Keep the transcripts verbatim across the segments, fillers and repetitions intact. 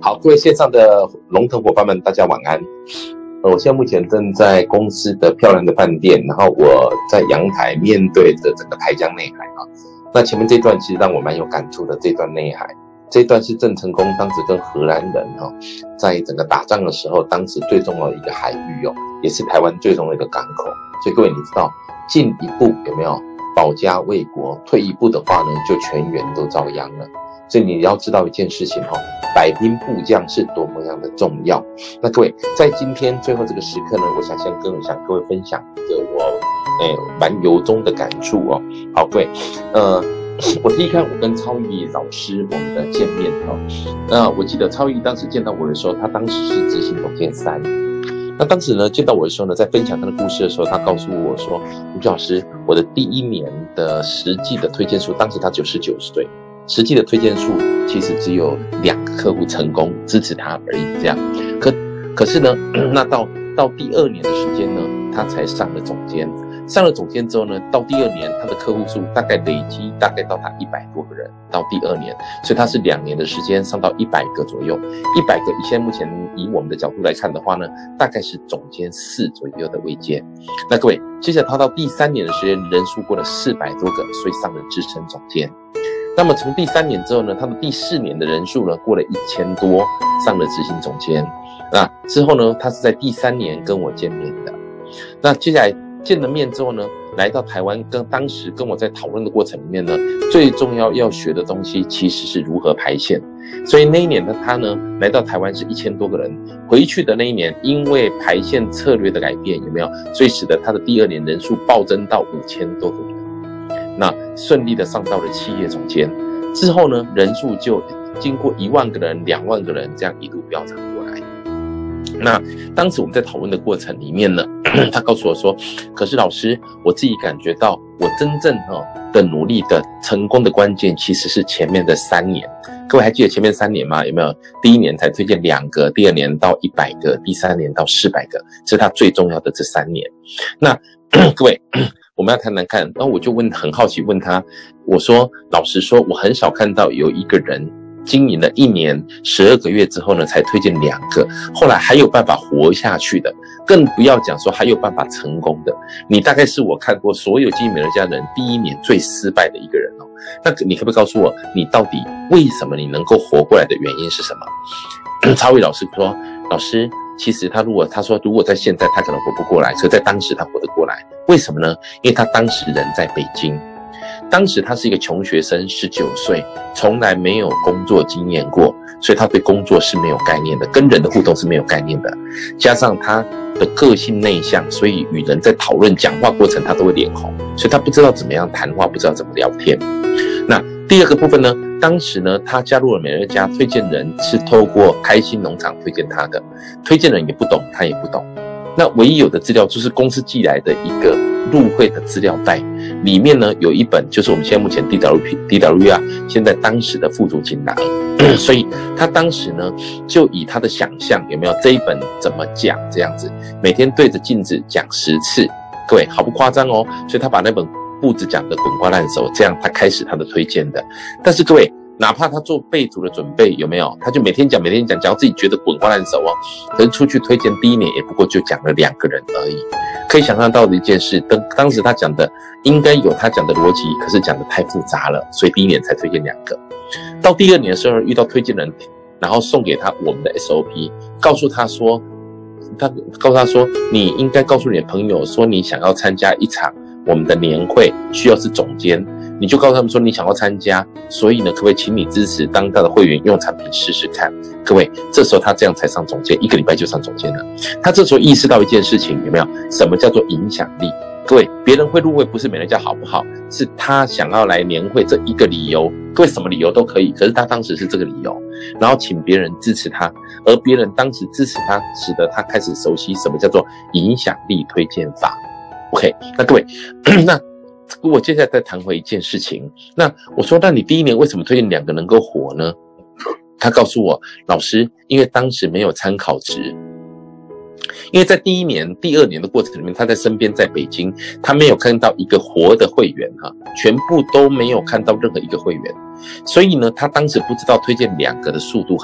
好，各位线上的龙腾伙伴们，大家晚安。呃，我现在目前正在公司的漂亮的饭店，然后我在阳台面对着整个台江内海啊。那前面这段其实让我蛮有感触的，这段内海，这段是郑成功当时跟荷兰人哈、哦，在整个打仗的时候，当时最重要的一个海域哦，也是台湾最重要的一个港口。所以各位你知道，进一步有没有保家卫国，退一步的话呢，就全员都遭殃了。所以你要知道一件事情哦，百兵部将是多么样的重要。那各位在今天最后这个时刻呢，我想先跟想各位分享一个我诶蛮由衷的感触哦。好，各位，呃，我第一看我跟超毅老师我们的见面哦，那我记得超毅当时见到我的时候，他当时是执行总监三。那当时呢，见到我的时候呢，在分享他的故事的时候，他告诉我说：“吴老师，我的第一年的实际的推荐数，当时他九十九岁。”实际的推荐数其实只有两个客户成功支持他而已，这样。可可是呢，那到到第二年的时间呢，他才上了总监。上了总监之后呢，到第二年他的客户数大概累积大概到他一百多个人。到第二年，所以他是两年的时间上到一百个左右。一百个，以现在目前以我们的角度来看的话呢，大概是总监四左右的位阶。那各位，接着他到第三年的时间，人数过了四百多个，所以上了资深总监。那么从第三年之后呢，他的第四年的人数呢过了一千多，上了执行总监。那之后呢，他是在第三年跟我见面的。那接下来见了面之后呢，来到台湾，跟当时跟我在讨论的过程里面呢，最重要要学的东西其实是如何排线。所以那一年的他呢，来到台湾是一千多个人，回去的那一年，因为排线策略的改变，有没有？所以使得他的第二年人数暴增到五千多个人。那顺利的上到了企业总监之后呢，人数就经过一万个人、两万个人这样一路飙涨过来。那当时我们在讨论的过程里面呢，他告诉我说：“可是老师，我自己感觉到我真正哦的努力的成功的关键其实是前面的三年。各位还记得前面三年吗？有没有？第一年才推荐两个，第二年到一百个，第三年到四百个，这是他最重要的这三年。那各位。”我们要谈谈看，然后我就问，很好奇问他，我说，老实说，我很少看到有一个人经营了一年十二个月之后呢，才推荐两个，后来还有办法活下去的，更不要讲说还有办法成功的。你大概是我看过所有经营美乐家人第一年最失败的一个人哦。那你可不可以告诉我，你到底为什么你能够活过来的原因是什么？超毅老师说，老师。其实他如果他说如果在现在他可能活不过来，可在当时他活得过来，为什么呢？因为他当时人在北京，当时他是一个穷学生，十九岁，从来没有工作经验过，所以他对工作是没有概念的，跟人的互动是没有概念的，加上他的个性内向，所以与人在讨论讲话过程他都会脸红，所以他不知道怎么样谈话，不知道怎么聊天。那第二个部分呢，当时呢，他加入了美乐家，推荐人是透过开心农场推荐他的，推荐人也不懂，他也不懂。那唯一有的资料就是公司寄来的一个入会的资料袋，里面呢有一本就是我们现在目前 D W P D W R 现在当时的副主锦囊，所以他当时呢就以他的想象，有没有这一本怎么讲这样子，每天对着镜子讲十次，各位毫不夸张哦，所以他把那本布子讲的滚瓜烂熟，这样他开始他的推荐的。但是各位，哪怕他做备足的准备，有没有？他就每天讲，每天讲，讲到自己觉得滚瓜烂熟哦。可是出去推荐第一年也不过就讲了两个人而已。可以想象到的一件事，当当时他讲的应该有他讲的逻辑，可是讲的太复杂了，所以第一年才推荐两个。到第二年的时候遇到推荐人，然后送给他我们的 S O P， 告诉他说，他告诉他说，你应该告诉你的朋友说，你想要参加一场我们的年会，需要是总监。你就告诉他们说你想要参加，所以呢，可不可以请你支持当他的会员用产品试试看？各位，这时候他这样才上总监，一个礼拜就上总监了。他这时候意识到一件事情，有没有？什么叫做影响力？各位，别人会入会不是美乐家好不好，是他想要来年会这一个理由。各位什么理由都可以，可是他当时是这个理由，然后请别人支持他，而别人当时支持他，使得他开始熟悉什么叫做影响力推荐法。OK， 那各位，那。我接下来再谈回一件事情，那我说，那你第一年为什么推荐两个能够火呢？他告诉我，老师，因为当时没有参考值，因为在第一年、第二年的过程里面，他在身边，在北京，他没有看到一个活的会员哈，全部都没有看到任何一个会员，所以呢，他当时不知道推荐两个的速度很慢。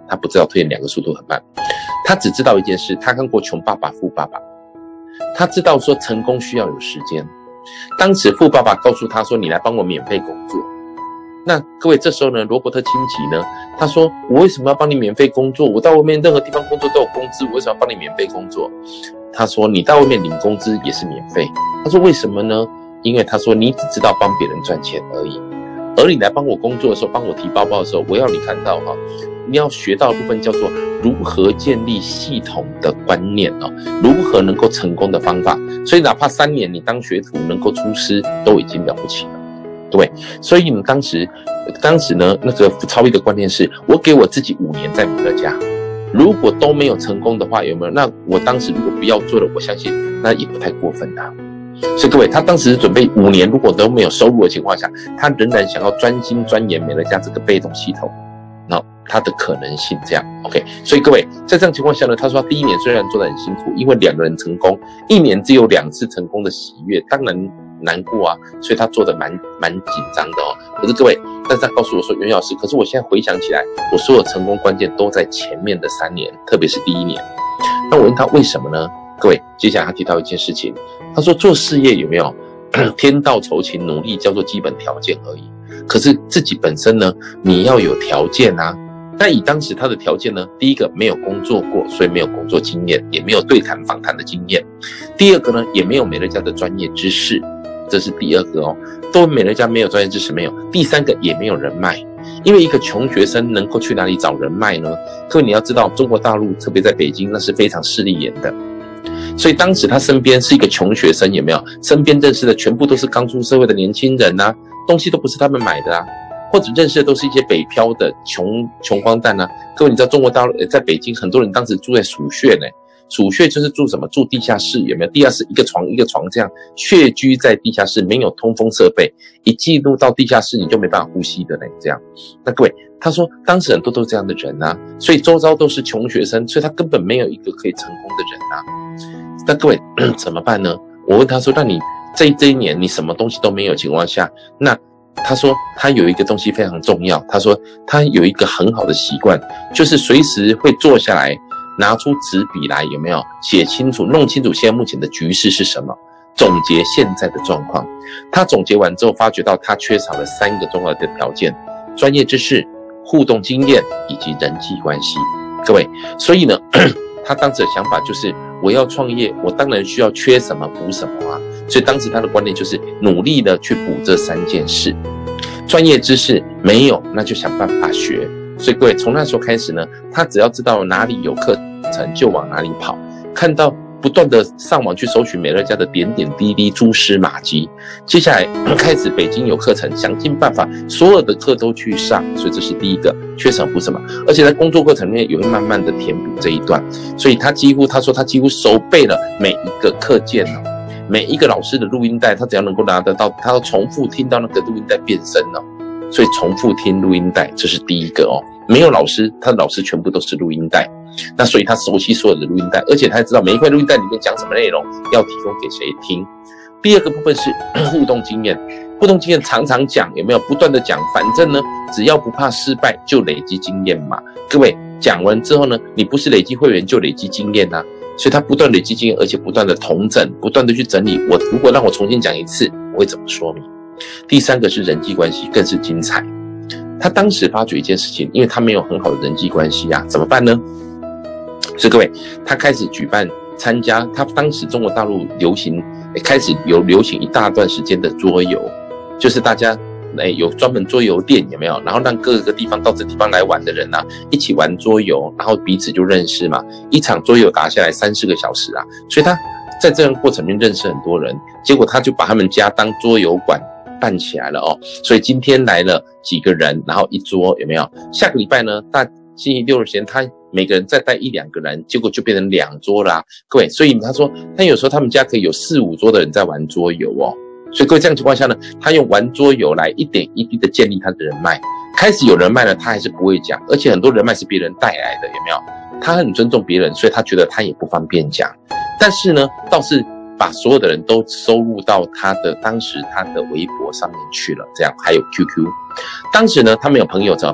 他不知道推演两个速度很慢，他只知道一件事，他看过《穷爸爸富爸爸》，他知道说成功需要有时间。当时富爸爸告诉他说，你来帮我免费工作。那各位这时候呢，罗伯特清崎呢，他说我为什么要帮你免费工作？我到外面任何地方工作都有工资，我为什么要帮你免费工作？他说你到外面领工资也是免费。他说为什么呢？因为他说你只知道帮别人赚钱而已，而你来帮我工作的时候，帮我提包包的时候，我要你看到哈，你要学到的部分叫做如何建立系统的观念哦，如何能够成功的方法。所以哪怕三年你当学徒能够出师，都已经了不起了。对，所以你当时，当时呢，那个超一的观念是，我给我自己五年在美乐家，如果都没有成功的话，有没有？那我当时如果不要做了，我相信那也不太过分的。所以各位，他当时准备五年，如果都没有收入的情况下，他仍然想要专心钻研美乐家这个被动系统，那他的可能性这样 ，OK。所以各位，在这样情况下呢，他说他第一年虽然做得很辛苦，因为两个人成功，一年只有两次成功的喜悦，当然难过啊，所以他做得蛮蛮紧张的哦。可是各位，但是他告诉我说，袁老师，可是我现在回想起来，我所有成功关键都在前面的三年，特别是第一年。那我问他为什么呢？各位，接下来他提到一件事情，他说做事业有没有天道酬勤，努力叫做基本条件而已。可是自己本身呢，你要有条件啊。那以当时他的条件呢，第一个没有工作过，所以没有工作经验，也没有对谈访谈的经验。第二个呢，也没有美乐家的专业知识，这是第二个哦。都美乐家没有专业知识，没有。第三个也没有人脉，因为一个穷学生能够去哪里找人脉呢？各位你要知道，中国大陆特别在北京，那是非常势利眼的。所以当时他身边是一个穷学生，有没有？身边认识的全部都是刚出社会的年轻人啊，东西都不是他们买的啊，或者认识的都是一些北漂的穷穷光蛋啊。各位你知道中国大陆在北京很多人当时住在鼠穴呢，鼠穴就是住什么？住地下室，有没有？地下室一个床一个床这样，穴居在地下室，没有通风设备，一进入到地下室你就没办法呼吸的呢，这样。那各位他说当时很多都是这样的人啊，所以周遭都是穷学生，所以他根本没有一个可以成功的人啊。那各位怎么办呢？我问他说，那你这这一年你什么东西都没有情况下，那他说他有一个东西非常重要，他说他有一个很好的习惯，就是随时会坐下来拿出纸笔来，有没有写清楚弄清楚现在目前的局势是什么，总结现在的状况。他总结完之后发觉到他缺少了三个重要的条件：专业知识、互动经验以及人际关系。各位，所以呢他当时的想法就是我要创业，我当然需要缺什么补什么啊。所以当时他的观念就是努力的去补这三件事。专业知识没有，那就想办法学。所以各位从那时候开始呢，他只要知道哪里有课程就往哪里跑，看到不断的上网去搜寻美乐家的点点滴滴蛛丝马迹。接下来开始北京有课程，想尽办法所有的课都去上。所以这是第一个，缺什么补什么。而且在工作过程里面也会慢慢的填补这一段。所以他几乎他说他几乎熟背了每一个课件哦，每一个老师的录音带，他只要能够拿得到，他要重复听到那个录音带变声哦。所以重复听录音带，这是第一个哦。没有老师，他的老师全部都是录音带。那所以他熟悉所有的录音带，而且他还知道每一块录音带里面讲什么内容，要提供给谁听。第二个部分是互动经验，互动经验常常讲，有没有？不断的讲，反正呢，只要不怕失败，就累积经验嘛。各位讲完之后呢，你不是累积会员就累积经验啊。所以他不断累积经验，而且不断的统整，不断的去整理。我如果让我重新讲一次，我会怎么说明？第三个是人际关系，更是精彩。他当时发觉一件事情，因为他没有很好的人际关系啊，怎么办呢？所以各位，他开始举办参加，他当时中国大陆流行，开始有流行一大段时间的桌游，就是大家哎有专门桌游店，有没有？然后让各个地方到这地方来玩的人啊，一起玩桌游，然后彼此就认识嘛。一场桌游打下来三四个小时啊，所以他在这样过程中认识很多人，结果他就把他们家当桌游馆办起来了哦。所以今天来了几个人，然后一桌，有没有？下个礼拜呢，大星期六日前，他每个人再带一两个人，结果就变成两桌啦、啊。各位，所以他说，他有时候他们家可以有四五桌的人在玩桌游哦。所以各位这样情况下呢，他用玩桌游来一点一滴的建立他的人脉。开始有人脉了，他还是不会讲，而且很多人脉是别人带来的，有没有？他很尊重别人，所以他觉得他也不方便讲。但是呢，倒是把所有的人都收入到他的当时他的微博上面去了，这样还有 Q Q。当时呢，他没有朋友怎么办？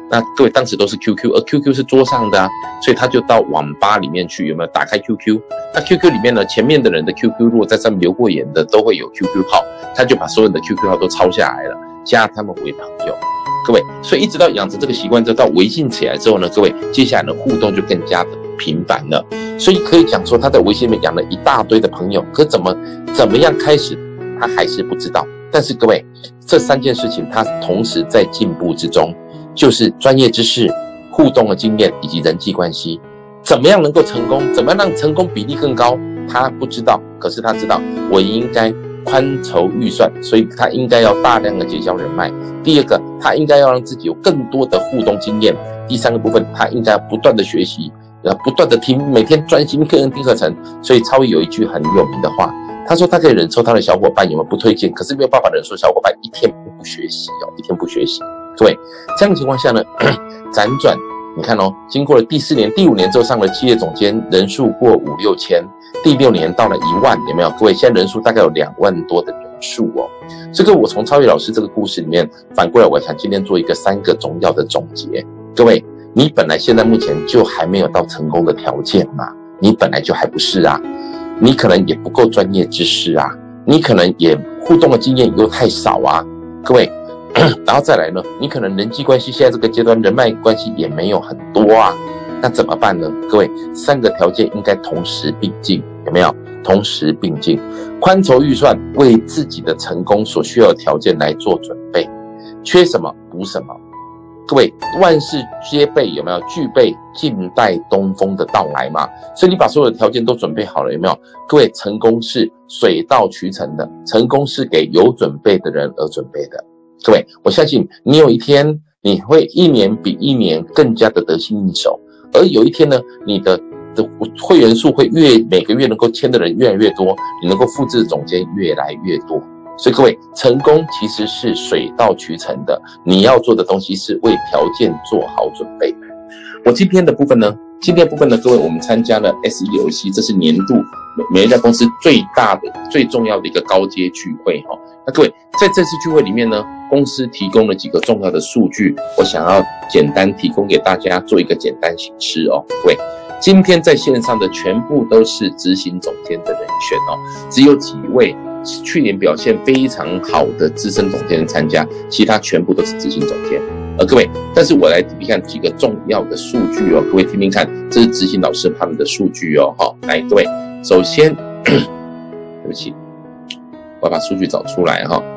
那各位当时都是 Q Q， 而 Q Q 是桌上的啊，所以他就到网吧里面去，有没有打开 Q Q？ 那 Q Q 里面呢，前面的人的 Q Q 如果在上面留过言的，都会有 Q Q 号，他就把所有的 Q Q 号都抄下来了，加他们为朋友。各位，所以一直到养成这个习惯之后，到微信起来之后呢，各位接下来的互动就更加的频繁了。所以可以讲说，他在微信里面养了一大堆的朋友，可怎么怎么样开始，他还是不知道。但是各位，这三件事情他同时在进步之中，就是专业知识、互动的经验以及人际关系，怎么样能够成功，怎么样让成功比例更高，他不知道，可是他知道我应该宽筹预算，所以他应该要大量的结交人脉。第二个，他应该要让自己有更多的互动经验。第三个部分，他应该要不断的学习，呃，不断的听，每天专心个人听课程。所以超越有一句很有名的话，他说他可以忍受他的小伙伴有没有不推荐，可是没有办法忍受小伙伴一天不学习哦，一天不学习。各位，这样的情况下呢，辗转你看哦，经过了第四年、第五年之后上了企业总监，人数过五六千，第六年到了一万，有没有？各位，现在人数大概有两万多的人数哦。这个我从超越老师这个故事里面反过来，我想今天做一个三个重要的总结。各位，你本来现在目前就还没有到成功的条件嘛，你本来就还不是啊，你可能也不够专业知识啊，你可能也互动的经验又太少啊，各位。然后再来呢，你可能人际关系现在这个阶段人脉关系也没有很多啊，那怎么办呢？各位，三个条件应该同时并进，有没有？同时并进，宽筹预算，为自己的成功所需要的条件来做准备，缺什么补什么。各位，万事皆备，有没有？具备，静待东风的到来嘛。所以你把所有的条件都准备好了，有没有？各位，成功是水到渠成的，成功是给有准备的人而准备的。各位，我相信你有一天你会一年比一年更加的得心应手，而有一天呢，你的的会员数会越每个月能够签的人越来越多，你能够复制的总监越来越多。所以各位，成功其实是水到渠成的，你要做的东西是为条件做好准备。我今天的部分呢，今天的部分呢，各位，我们参加了 S E L C， 这是年度每一家公司最大的、最重要的一个高阶聚会哈。那各位，在这次聚会里面呢，公司提供了几个重要的数据，我想要简单提供给大家做一个简单形式哦。各位，今天在线上的全部都是执行总监的人选哦，只有几位去年表现非常好的资深总监参加，其他全部都是执行总监。呃，各位，但是我来听听看几个重要的数据哦，各位听听看，这是执行老师他们的数据哦。好，来，各位，首先，对不起，我要把数据找出来哈。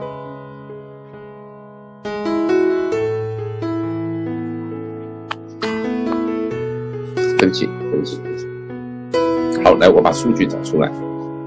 对不起，对不起，对不起。好，来，我把数据找出来。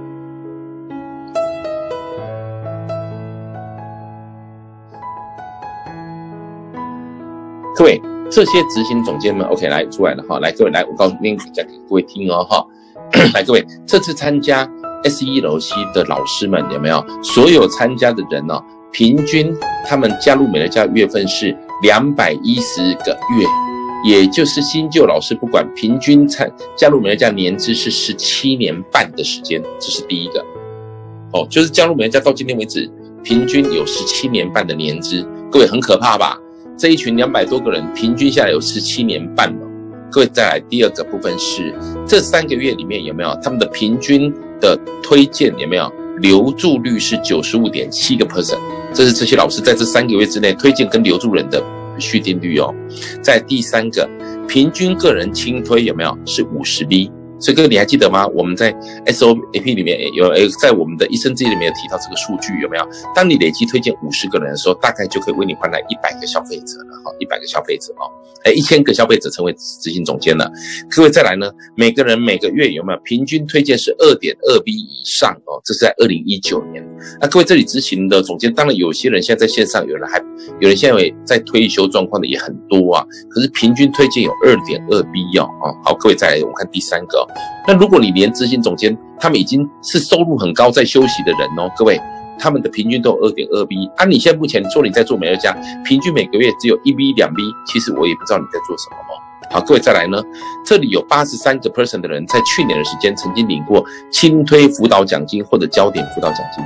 各位，这些执行总监们 ，OK， 来出来了哈。来，各位，来，我告诉您，讲给各位听哦哈。来，各位，这次参加 S E L C 的老师们有没有？所有参加的人哦，平均他们加入美乐家月份是两百一十个月。也就是新旧老师不管，平均参加入美乐家年资是十七年半的时间，这是第一个。哦，就是加入美乐家到今天为止，平均有十七年半的年资，各位很可怕吧？这一群两百多个人，平均下来有十七年半了。各位再来第二个部分是，这三个月里面有没有他们的平均的推荐有没有留住率是 九十五点七个 percent， 这是这些老师在这三个月之内推荐跟留住人的续订率哦。在第三个，平均个人轻推有没有是 五十 B， 所以各位你还记得吗？我们在 S O P 里面有，在我们的一生之夜里面有提到这个数据有没有？当你累积推荐五十个人的时候，大概就可以为你换来一百个消费者了哈，一百个消费者哦，哎，一千个消费者成为执行总监了。各位再来呢，每个人每个月有没有平均推荐是 二点二 B 以上哦？这是在二零一九年。那各位这里执行的总监，当然有些人现在在线上，有人还有人现在在退休状况的也很多啊，可是平均推荐有 二点二 B 哦。好，各位再来，我们看第三个哦。那如果你连执行总监他们已经是收入很高在休息的人哦，各位他们的平均都有 二点二 B， 啊，你现在目前说你在做美乐家，平均每个月只有 一 B 两 B， 其实我也不知道你在做什么哦。好，各位再来呢，这里有 百分之八十三 的人在去年的时间曾经领过轻推辅导奖金或者焦点辅导奖金，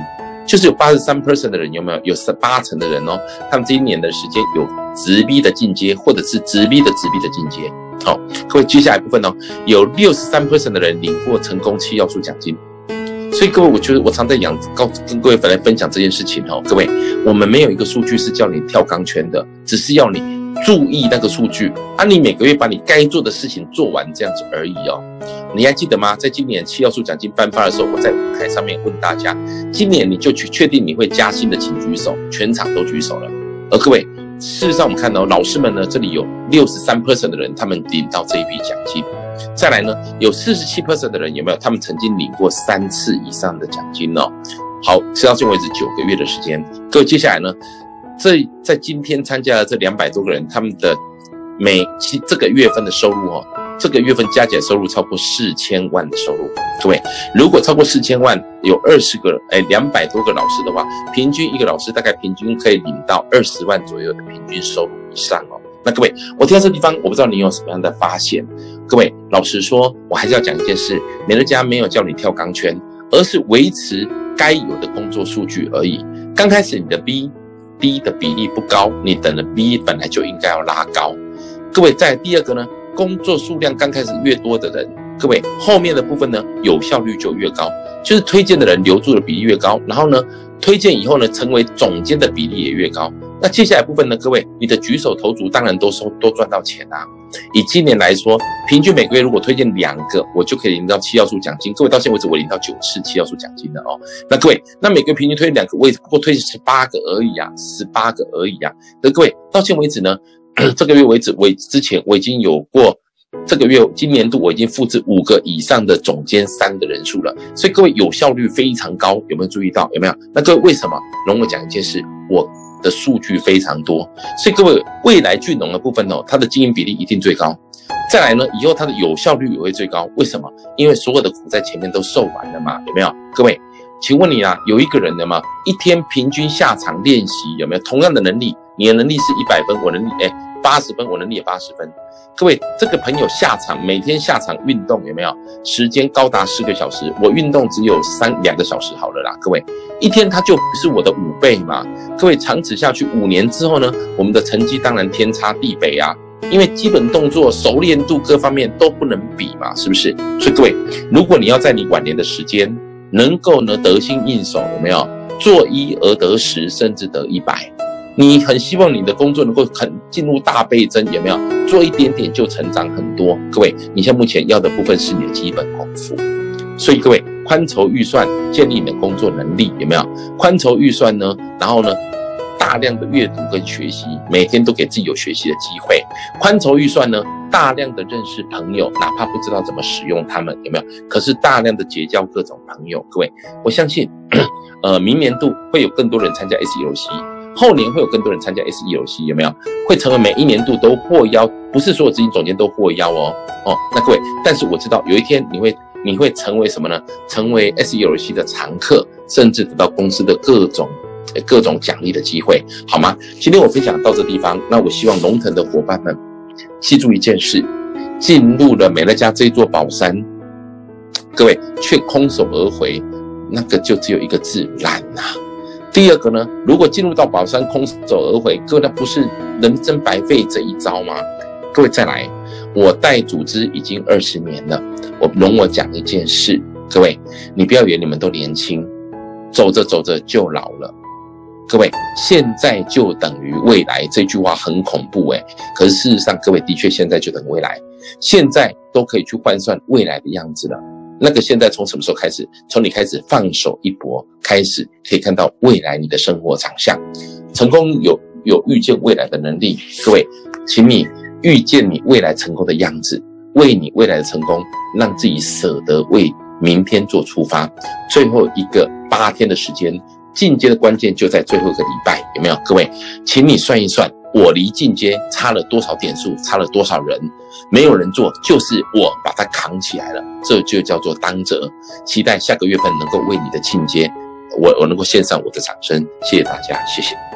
就是有 百分之八十三 的人有没有？有八成的人哦，他们这一年的时间有直逼的进阶，或者是直逼的直逼的进阶。好、哦，各位接下来部分哦，有 百分之六十三 的人领过成功七要素奖金。所以各位，我觉得我常在讲，告跟各位来分享这件事情哦。各位，我们没有一个数据是叫你跳钢圈的，只是要你注意那个数据啊，你每个月把你该做的事情做完这样子而已哦。你还记得吗？在今年七要素奖金颁发的时候，我在舞台上面问大家，今年你就去确定你会加薪的，请举手，全场都举手了。而各位，事实上我们看到老师们呢，这里有 百分之六十三 的人，他们领到这一笔奖金。再来呢，有 百分之四十七 的人有没有？他们曾经领过三次以上的奖金哦。好，直到现在为止九个月的时间。各位，接下来呢，这在今天参加的这两百多个人，他们的每期这个月份的收入哦，这个月份加起来收入超过四千万的收入。各位，如果超过四千万，有二十个哎两百多个老师的话，平均一个老师大概平均可以领到二十万左右的平均收入以上哦。那各位，我听到这地方，我不知道你有什么样的发现。各位，老实说，我还是要讲一件事，美乐家没有叫你跳钢圈，而是维持该有的工作数据而已。刚开始你的 B D 的比例不高，你等了 B 本来就应该要拉高。各位，在第二个呢，工作数量刚开始越多的人，各位后面的部分呢，有效率就越高，就是推荐的人留住的比例越高，然后呢，推荐以后呢，成为总监的比例也越高。那接下来部分呢，各位，你的举手投足当然都收都赚到钱啊。以今年来说，平均每个月如果推荐两个，我就可以领到七要素奖金。各位，到现在为止我领到九次七要素奖金了哦。那各位，那每个月平均推两个，我也不过推十八个而已啊，十八个而已啊。那各位，到现在为止呢，这个月为止，我之前我已经有过。这个月今年度我已经复制五个以上的总监三的人数了，所以各位有效率非常高，有没有注意到？有没有？那各位为什么？容我讲一件事，我的数据非常多，所以各位未来聚农的部分哦，它的经营比例一定最高。再来呢，以后它的有效率也会最高。为什么？因为所有的苦在前面都受完了嘛，有没有？各位，请问你啊，有一个人的嘛，一天平均下场练习有没有同样的能力？你的能力是一百分，我能力哎八十分，我能力也八十分。各位，这个朋友下场每天下场运动有没有？时间高达四个小时，我运动只有三两个小时好了啦。各位，一天他就不是我的五倍嘛。各位，长此下去五年之后呢，我们的成绩当然天差地北啊。因为基本动作、熟练度各方面都不能比嘛，是不是？所以各位，如果你要在你晚年的时间能够呢得心应手，有没有？做一而得十，甚至得一百。你很希望你的工作能够很进入大倍增，有没有？做一点点就成长很多。各位，你现在目前要的部分是你的基本功夫。所以各位，宽筹预算，建立你的工作能力，有没有？宽筹预算呢，然后呢，大量的阅读跟学习，每天都给自己有学习的机会。宽筹预算呢，大量的认识朋友，哪怕不知道怎么使用他们，有没有？可是大量的结交各种朋友。各位，我相信，呃，明年度会有更多人参加 S E O C。后年会有更多人参加 S E O C， 有没有？会成为每一年度都获邀，不是所有执行总监都获邀哦。哦，那各位，但是我知道有一天你会你会成为什么呢？成为 S E O C 的常客，甚至得到公司的各种各种奖励的机会，好吗？今天我分享到这地方，那我希望龙腾的伙伴们记住一件事：进入了美乐家这座宝山，各位却空手而回，那个就只有一个字：懒呐、啊。第二个呢，如果进入到宝山空手而回，各位那不是人生白费这一招吗？各位再来，我带组织已经二十年了，我容我讲一件事，各位，你不要以为你们都年轻，走着走着就老了。各位，现在就等于未来，这句话很恐怖诶，可是事实上，各位的确现在就等于未来，现在都可以去换算未来的样子了。那个现在从什么时候开始？从你开始放手一搏开始，可以看到未来你的生活长相。成功有有预见未来的能力，各位，请你预见你未来成功的样子，为你未来的成功，让自己舍得为明天做出发。最后一个八天的时间，进阶的关键就在最后一个礼拜，有没有？各位，请你算一算，我离进阶差了多少点数，差了多少人，没有人做，就是我把它扛起来了，这就叫做当责。期待下个月份能够为你的进阶，我我能够献上我的掌声，谢谢大家，谢谢。